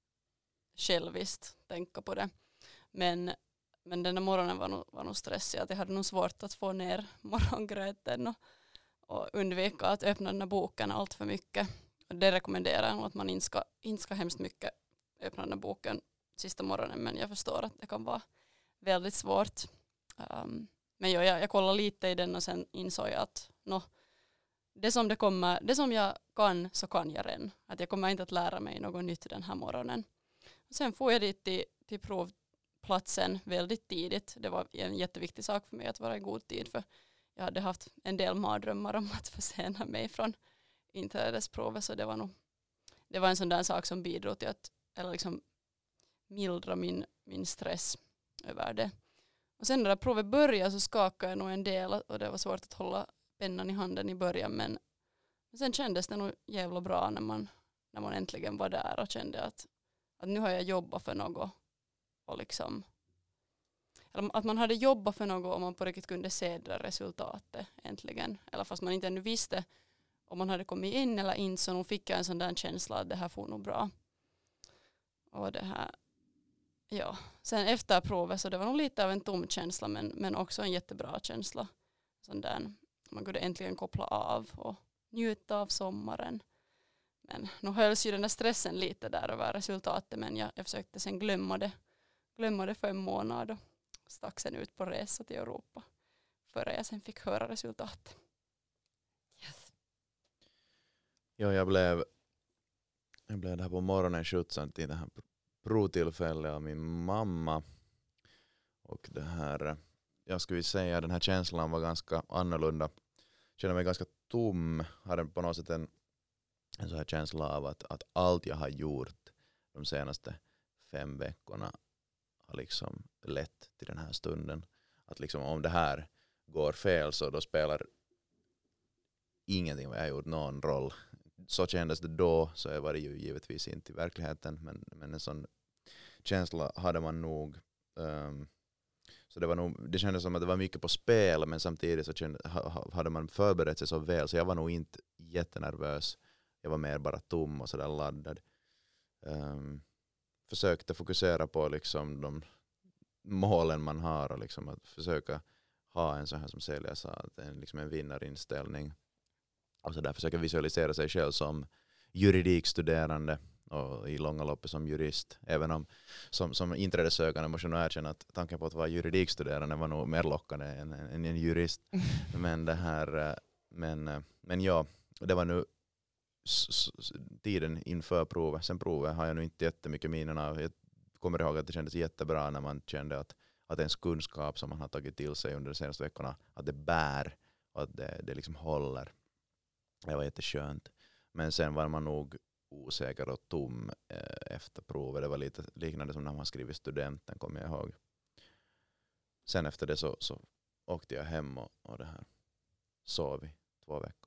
själviskt tänka på det. Men, men den här morgonen var nog, var nog stressig. Att jag hade nog svårt att få ner morgongröten och och undvika att öppna den här boken allt för mycket. Och det rekommenderar jag att man inte ska, inte ska hemskt mycket öppna den här boken sista morgonen, men jag förstår att det kan vara väldigt svårt. Um, men jag, jag, jag kollade lite i den och sen insåg jag att no, det, som det, kommer, det som jag kan så kan jag redan. Att jag kommer inte att lära mig något nytt den här morgonen. Och sen får jag dit till, till provplatsen väldigt tidigt. Det var en jätteviktig sak för mig att vara i god tid, för jag hade haft en del mardrömmar om att försena mig från inträdesprovet, så det var nog det var en sån där sak som bidrog till att eller liksom mildra min, min stress över det. Och sen när det provet började så skakade jag nog en del och det var svårt att hålla pennan i handen i början, men sen kändes det nog jävla bra när man, när man äntligen var där och kände att, att nu har jag jobbat för något och liksom att man hade jobbat för något och man på riktigt kunde se det resultatet äntligen. Eller fast man inte ännu visste om man hade kommit in eller inte, så nog fick jag en sån där känsla att det här får nog bra. Och det här, ja. Sen efter provet så det var nog lite av en tom känsla, men, men också en jättebra känsla. Sån där, man kunde äntligen koppla av och njuta av sommaren. Men nu hölls ju den där stressen lite där över resultatet, men jag, jag försökte sen glömma det. Glömma det för en månad och stack sen ut på resa till Europa före jag sen fick höra resultatet. Yes. Ja, jag blev jag blev där på morgonen skjutsad till det här provtillfället av min mamma. Och det här, jag skulle säga den här känslan var ganska annorlunda. Jag kände mig ganska tom. Hade på något sätt en, en sån här känsla av att, att allt jag har gjort de senaste fem veckorna har liksom lett till den här stunden. Att liksom om det här går fel så då spelar ingenting vad jag har gjort någon roll. Så kändes det då, så var det ju givetvis inte i verkligheten, men, men en sån känsla hade man nog. Um, så det var nog, det kändes som att det var mycket på spel, men samtidigt så kände, ha, hade man förberett sig så väl, så jag var nog inte jättenervös. Jag var mer bara tom och sådär laddad. Um, försökte fokusera på liksom de målen man har och liksom att försöka ha en så här som Celia sa, att en, liksom en vinnarinställning. Och så där försöka visualisera sig själv som juridikstuderande och i långa loppet som jurist. Även om som, som inträdessökande måste jag nog erkänna att tanken på att vara juridikstuderande var nog mer lockande än, än en jurist. Men det här, men, men ja, det var nu s- s- tiden inför provet. Sen provet har jag nog inte jättemycket minnen av. Jag kommer ihåg att det kändes jättebra när man kände att, att ens kunskap som man har tagit till sig under de senaste veckorna, att det bär och att det, det liksom håller. Det var jätteskönt. Men sen var man nog osäker och tom eh, efter provet. Det var lite liknande som när man skrivit studenten, kommer jag ihåg. Sen efter det så, så åkte jag hem och, och det här sov i två veckor.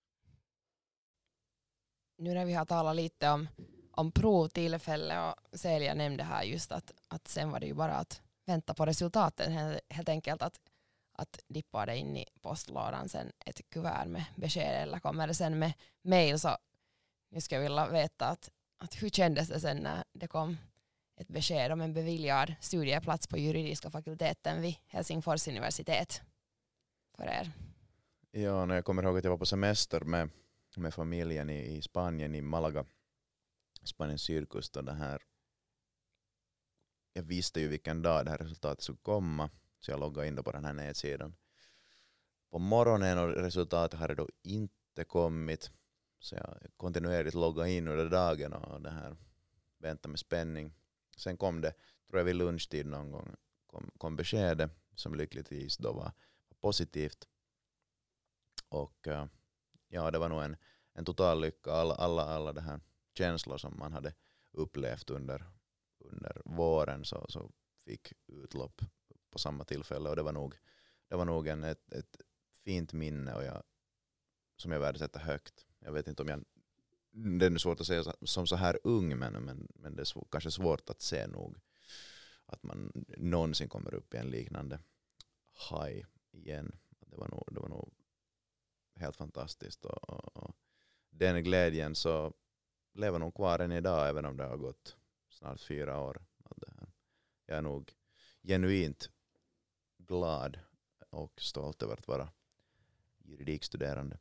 Nu när vi har talat lite om, om provtillfälle och Celia nämnde här just att, att sen var det ju bara att vänta på resultaten. Helt enkelt att att dippa det in i postlådan sen ett kuvert med besked, eller kommer det sen med mail, så nu ska jag vilja veta att, att hur kändes det sen när det kom ett besked om en beviljad studieplats på juridiska fakulteten vid Helsingfors universitet för er? Ja, när jag kommer ihåg att jag var på semester med, med familjen i, i Spanien, i Malaga, Spaniens sydkust, och det här, jag visste ju vilken dag det här resultatet skulle komma. Så jag loggade in på den här nätsidan på morgonen och resultatet hade då inte kommit. Så jag kontinuerligt loggade in under dagen och det här väntade med spänning. Sen kom det, tror jag vid lunchtid någon gång, kom, kom beskedet som lyckligtvis då var positivt. Och ja, det var nog en, en total lycka. Alla, alla, alla det här känslor som man hade upplevt under, under våren så, så fick utlopp på samma tillfälle, och det var nog, det var nog en, ett, ett fint minne och jag, som jag värdesätter högt. Jag vet inte om jag, det är svårt att säga som så här ung, men, men, men det är svår, kanske svårt att se nog att man någonsin kommer upp i en liknande high igen. Det var nog, det var nog helt fantastiskt, och, och, och den glädjen så lever nog kvar än idag, även om det har gått snart fyra år. Jag är nog genuint glad och stolt över att vara juridikstuderande.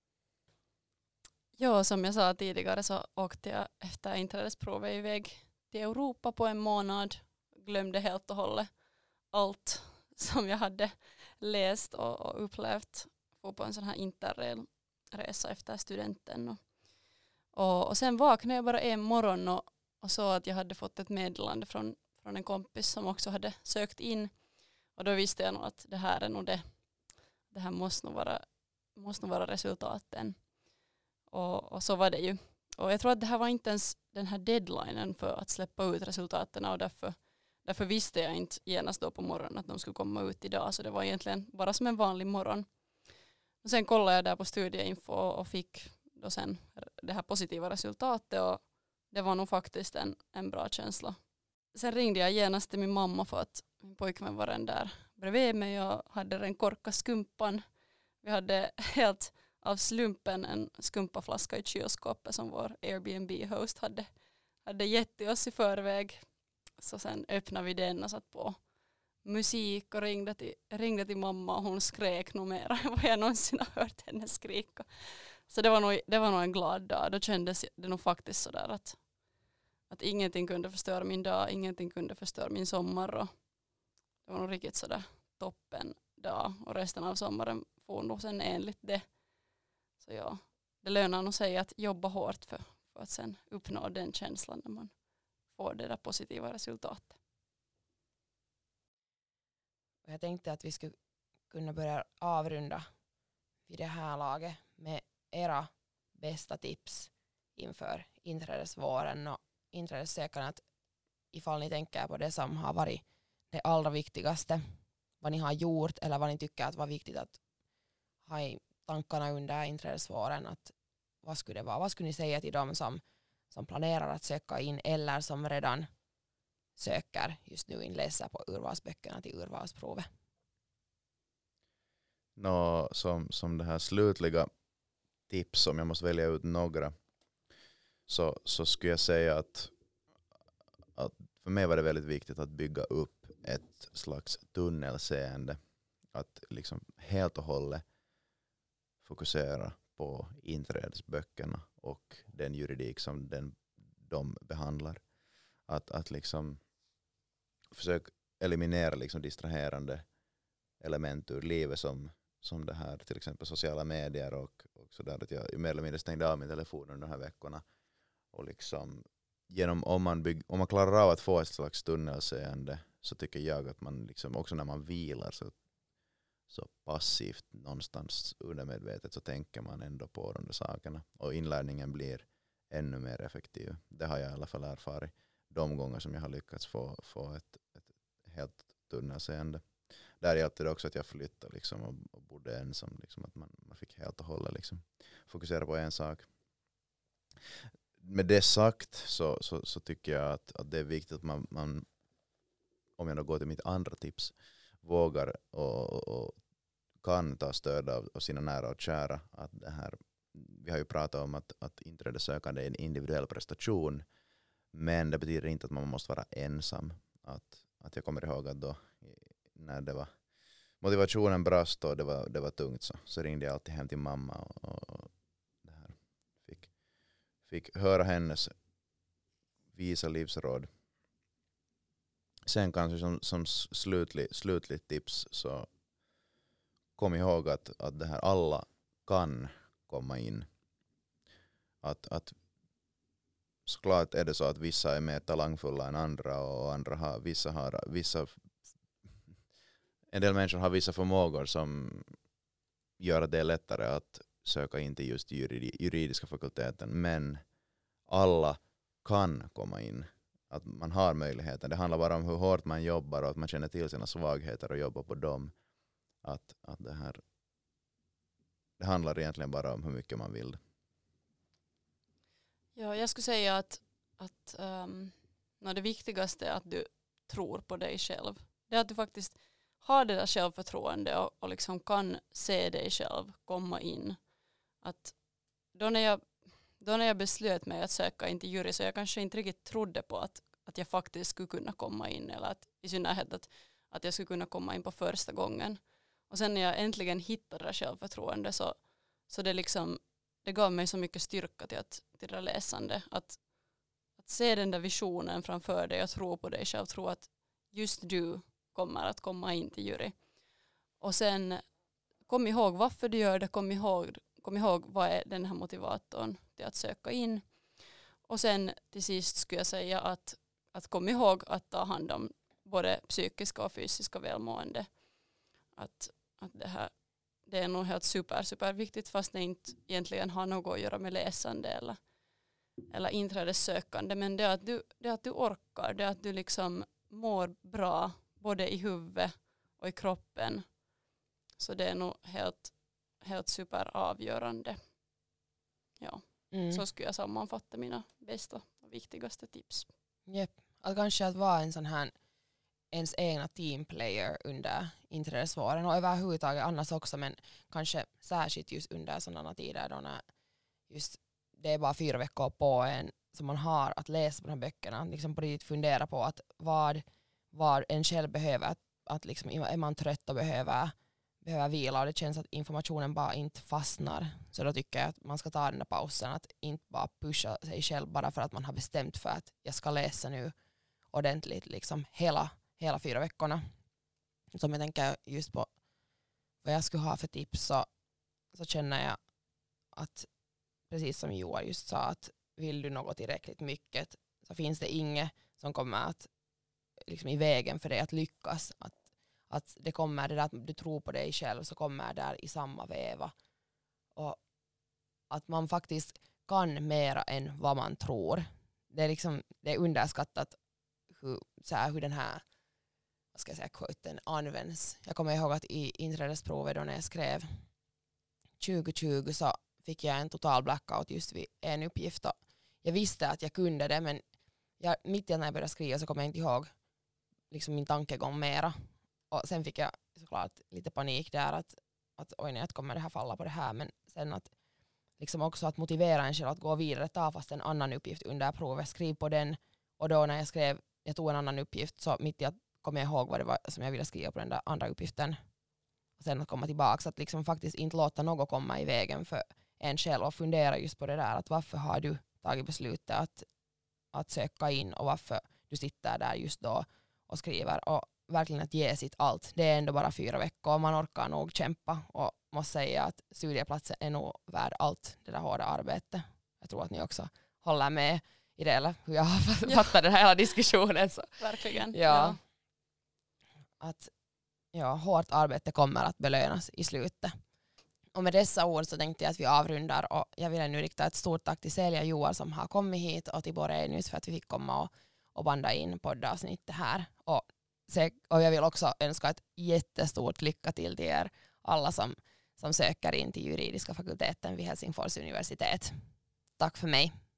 Ja, som jag sa tidigare så åkte jag efter inträdesprovet iväg till Europa på en månad. Glömde helt och hållet allt som jag hade läst och, och upplevt. Få på en sån här interrailresa efter studenten. Och, och, och sen vaknade jag bara en morgon och, och så att jag hade fått ett meddelande från, från en kompis som också hade sökt in. Och då visste jag nog att det här är nog det. Det här måste nog vara, måste nog vara resultaten. Och, och så var det ju. Och jag tror att det här var inte ens den här deadlinen för att släppa ut resultaten. Och därför, därför visste jag inte genast då på morgonen att de skulle komma ut idag. Så det var egentligen bara som en vanlig morgon. Och sen kollade jag där på studieinfo och fick då sen det här positiva resultatet. Och det var nog faktiskt en, en bra känsla. Sen ringde jag genast till min mamma för att min pojkvän var den där bredvid mig och hade den korka skumpan. Vi hade helt av slumpen en skumpaflaska i kylskåpet som vår Airbnb-host hade, hade gett till oss i förväg. Så sen öppnade vi den och satt på musik och ringde till, ringde till mamma och hon skrek nog mer än vad jag någonsin har hört henne skrika. Så det var nog, det var nog en glad dag. Då kändes det nog faktiskt sådär att, att ingenting kunde förstöra min dag, ingenting kunde förstöra min sommar. Och det var nog riktigt sådär toppen dag och resten av sommaren får nog sen enligt det. Så ja, det lönar nog sig att jobba hårt för, för att sen uppnå den känslan när man får det där positiva resultatet. Jag tänkte att vi skulle kunna börja avrunda vid det här laget med era bästa tips inför inträdesvåren och inträdessökandet, ifall ni tänker på det som har varit det allra viktigaste, vad ni har gjort eller vad ni tycker att var viktigt att ha i tankarna under inträdesvåren. Att vad skulle det vara? Vad skulle ni säga till dem som, som planerar att söka in eller som redan söker just nu in, läser på urvalsböckerna till urvalsprovet? Nå, som, som det här slutliga tips, om jag måste välja ut några, så, så skulle jag säga att, att för mig var det väldigt viktigt att bygga upp ett slags tunnelseende. Att liksom helt och hållet fokusera på inträdesböckerna och den juridik som den, de behandlar. Att, att liksom försöka eliminera liksom distraherande element ur livet som, som det här, till exempel sociala medier och, och sådär. Att jag mer eller mindre stängde av min telefon under de här veckorna. Och liksom genom, om man, bygg, om man klarar av att få ett slags tunnelseende, så tycker jag att man liksom, också när man vilar så, så passivt någonstans undermedvetet, så tänker man ändå på de där sakerna. Och inlärningen blir ännu mer effektiv. Det har jag i alla fall erfarit de gånger som jag har lyckats få, få ett, ett helt tunnelseende. Där hjälpte det också att jag flyttade liksom, och, och bodde ensam. Liksom, att man, man fick helt och hållet liksom, fokusera på en sak. Med det sagt så, så, så tycker jag att, att det är viktigt att man, man, om jag då går till mitt andra tips, vågar och, och, och kan ta stöd av, av sina nära och kära. Att det här, vi har ju pratat om att, att inträdessökande är en individuell prestation, men det betyder inte att man måste vara ensam. Att, att jag kommer ihåg att då när det var motivationen brast och det var, det var tungt, så, så ringde jag alltid hem till mamma och, och det här fick, fick höra hennes visa livsråd. Sen kanske som, som slutligt, slutligt tips, så kom ihåg att, att det här alla kan komma in. Att, att såklart är det så att vissa är mer talangfulla än andra och andra har, vissa har vissa en del människor har vissa förmågor som gör att det är lättare att söka in till just juridi, juridiska fakulteten, men alla kan komma in. Att man har möjligheten. Det handlar bara om hur hårt man jobbar och att man känner till sina svagheter och jobbar på dem. Att, att det här det handlar egentligen bara om hur mycket man vill. Ja, jag skulle säga att, att um, det viktigaste är att du tror på dig själv. Det är att du faktiskt har det där självförtroende och, och liksom kan se dig själv komma in. Att då, när jag, då när jag beslöt mig att söka in till jury, så jag kanske inte riktigt trodde på att, att jag faktiskt skulle kunna komma in, eller att i synnerhet att, att jag skulle kunna komma in på första gången. Och sen när jag äntligen hittade det självförtroende, så, så det, liksom, det gav mig så mycket styrka till, att, till det läsande. Att, att se den där visionen framför dig och tro på dig själv, tro att just du kommer att komma in till jury. Och sen kom ihåg varför du gör det, kom ihåg, kom ihåg vad är den här motivatorn till att söka in. Och sen till sist skulle jag säga att, att kom ihåg att ta hand om både psykiska och fysiska välmående. Att, att det här det är nog helt super, super viktigt, fast det inte egentligen har något att göra med läsande eller, eller inträdessökande. Men det är, att du, det är att du orkar, det är att du liksom mår bra både i huvudet och i kroppen. Så det är nog helt, helt super avgörande. Ja, mm. Så skulle jag sammanfatta mina bästa och viktigaste tips. Yep. Att kanske att vara en sån här ens egna teamplayer under inträdesvåren och överhuvudtaget annars också, men kanske särskilt just under sådana tider då när just det är bara fyra veckor på en som man har att läsa på de här böckerna. Liksom på riktigt fundera på att vad, vad en själv behöver. Att, att liksom, är man trött och behöver, behöver vila och det känns att informationen bara inte fastnar. Så då tycker jag att man ska ta den där pausen. Att inte bara pusha sig själv bara för att man har bestämt för att jag ska läsa nu ordentligt liksom hela, hela fyra veckorna. Som jag tänker just på vad jag skulle ha för tips, så, så känner jag att precis som Joar just sa, att vill du något tillräckligt mycket så finns det inget som kommer att liksom i vägen för dig att lyckas. Att, att det kommer det där att du tror på dig själv så kommer där i samma veva. Och att man faktiskt kan mera än vad man tror. Det är liksom det är underskattat hur, så här, hur den här vad ska jag säga, quoten används. Jag kommer ihåg att i inträdesprovet då när jag skrev tjugo tjugo så fick jag en total blackout just vid en uppgift. Och jag visste att jag kunde det men jag, mitt i när jag började skriva så kom jag inte ihåg liksom min tankegång mera. Och sen fick jag såklart lite panik där att, att oj nej, att kommer det här falla på det här. Men sen att liksom också att motivera en själv att gå vidare, ta fast en annan uppgift under provet, skriv på den. Och då när jag skrev, jag tog en annan uppgift så mitt i att kom jag ihåg vad det var som jag ville skriva på den där andra uppgiften. Och sen att komma tillbaka, så att liksom faktiskt inte låta något komma i vägen för en själv och fundera just på det där att varför har du tagit beslutet att, att söka in och varför du sitter där just då och skriver och verkligen att ge sitt allt. Det är ändå bara fyra veckor och man orkar nog kämpa och måste säga att studieplatsen är nog värd allt det där hårda arbetet. Jag tror att ni också håller med i det, eller hur jag har fattat ja. Den här hela diskussionen. Så. Verkligen. Ja. ja. Att ja, hårt arbete kommer att belönas i slutet. Och med dessa ord så tänkte jag att vi avrundar och jag vill nu rikta ett stort tack till Celia Joar som har kommit hit och till Borenius för att vi fick komma och, och banda in poddavsnittet här. Och, och jag vill också önska ett jättestort lycka till till er alla som, som söker in till juridiska fakulteten vid Helsingfors universitet. Tack för mig.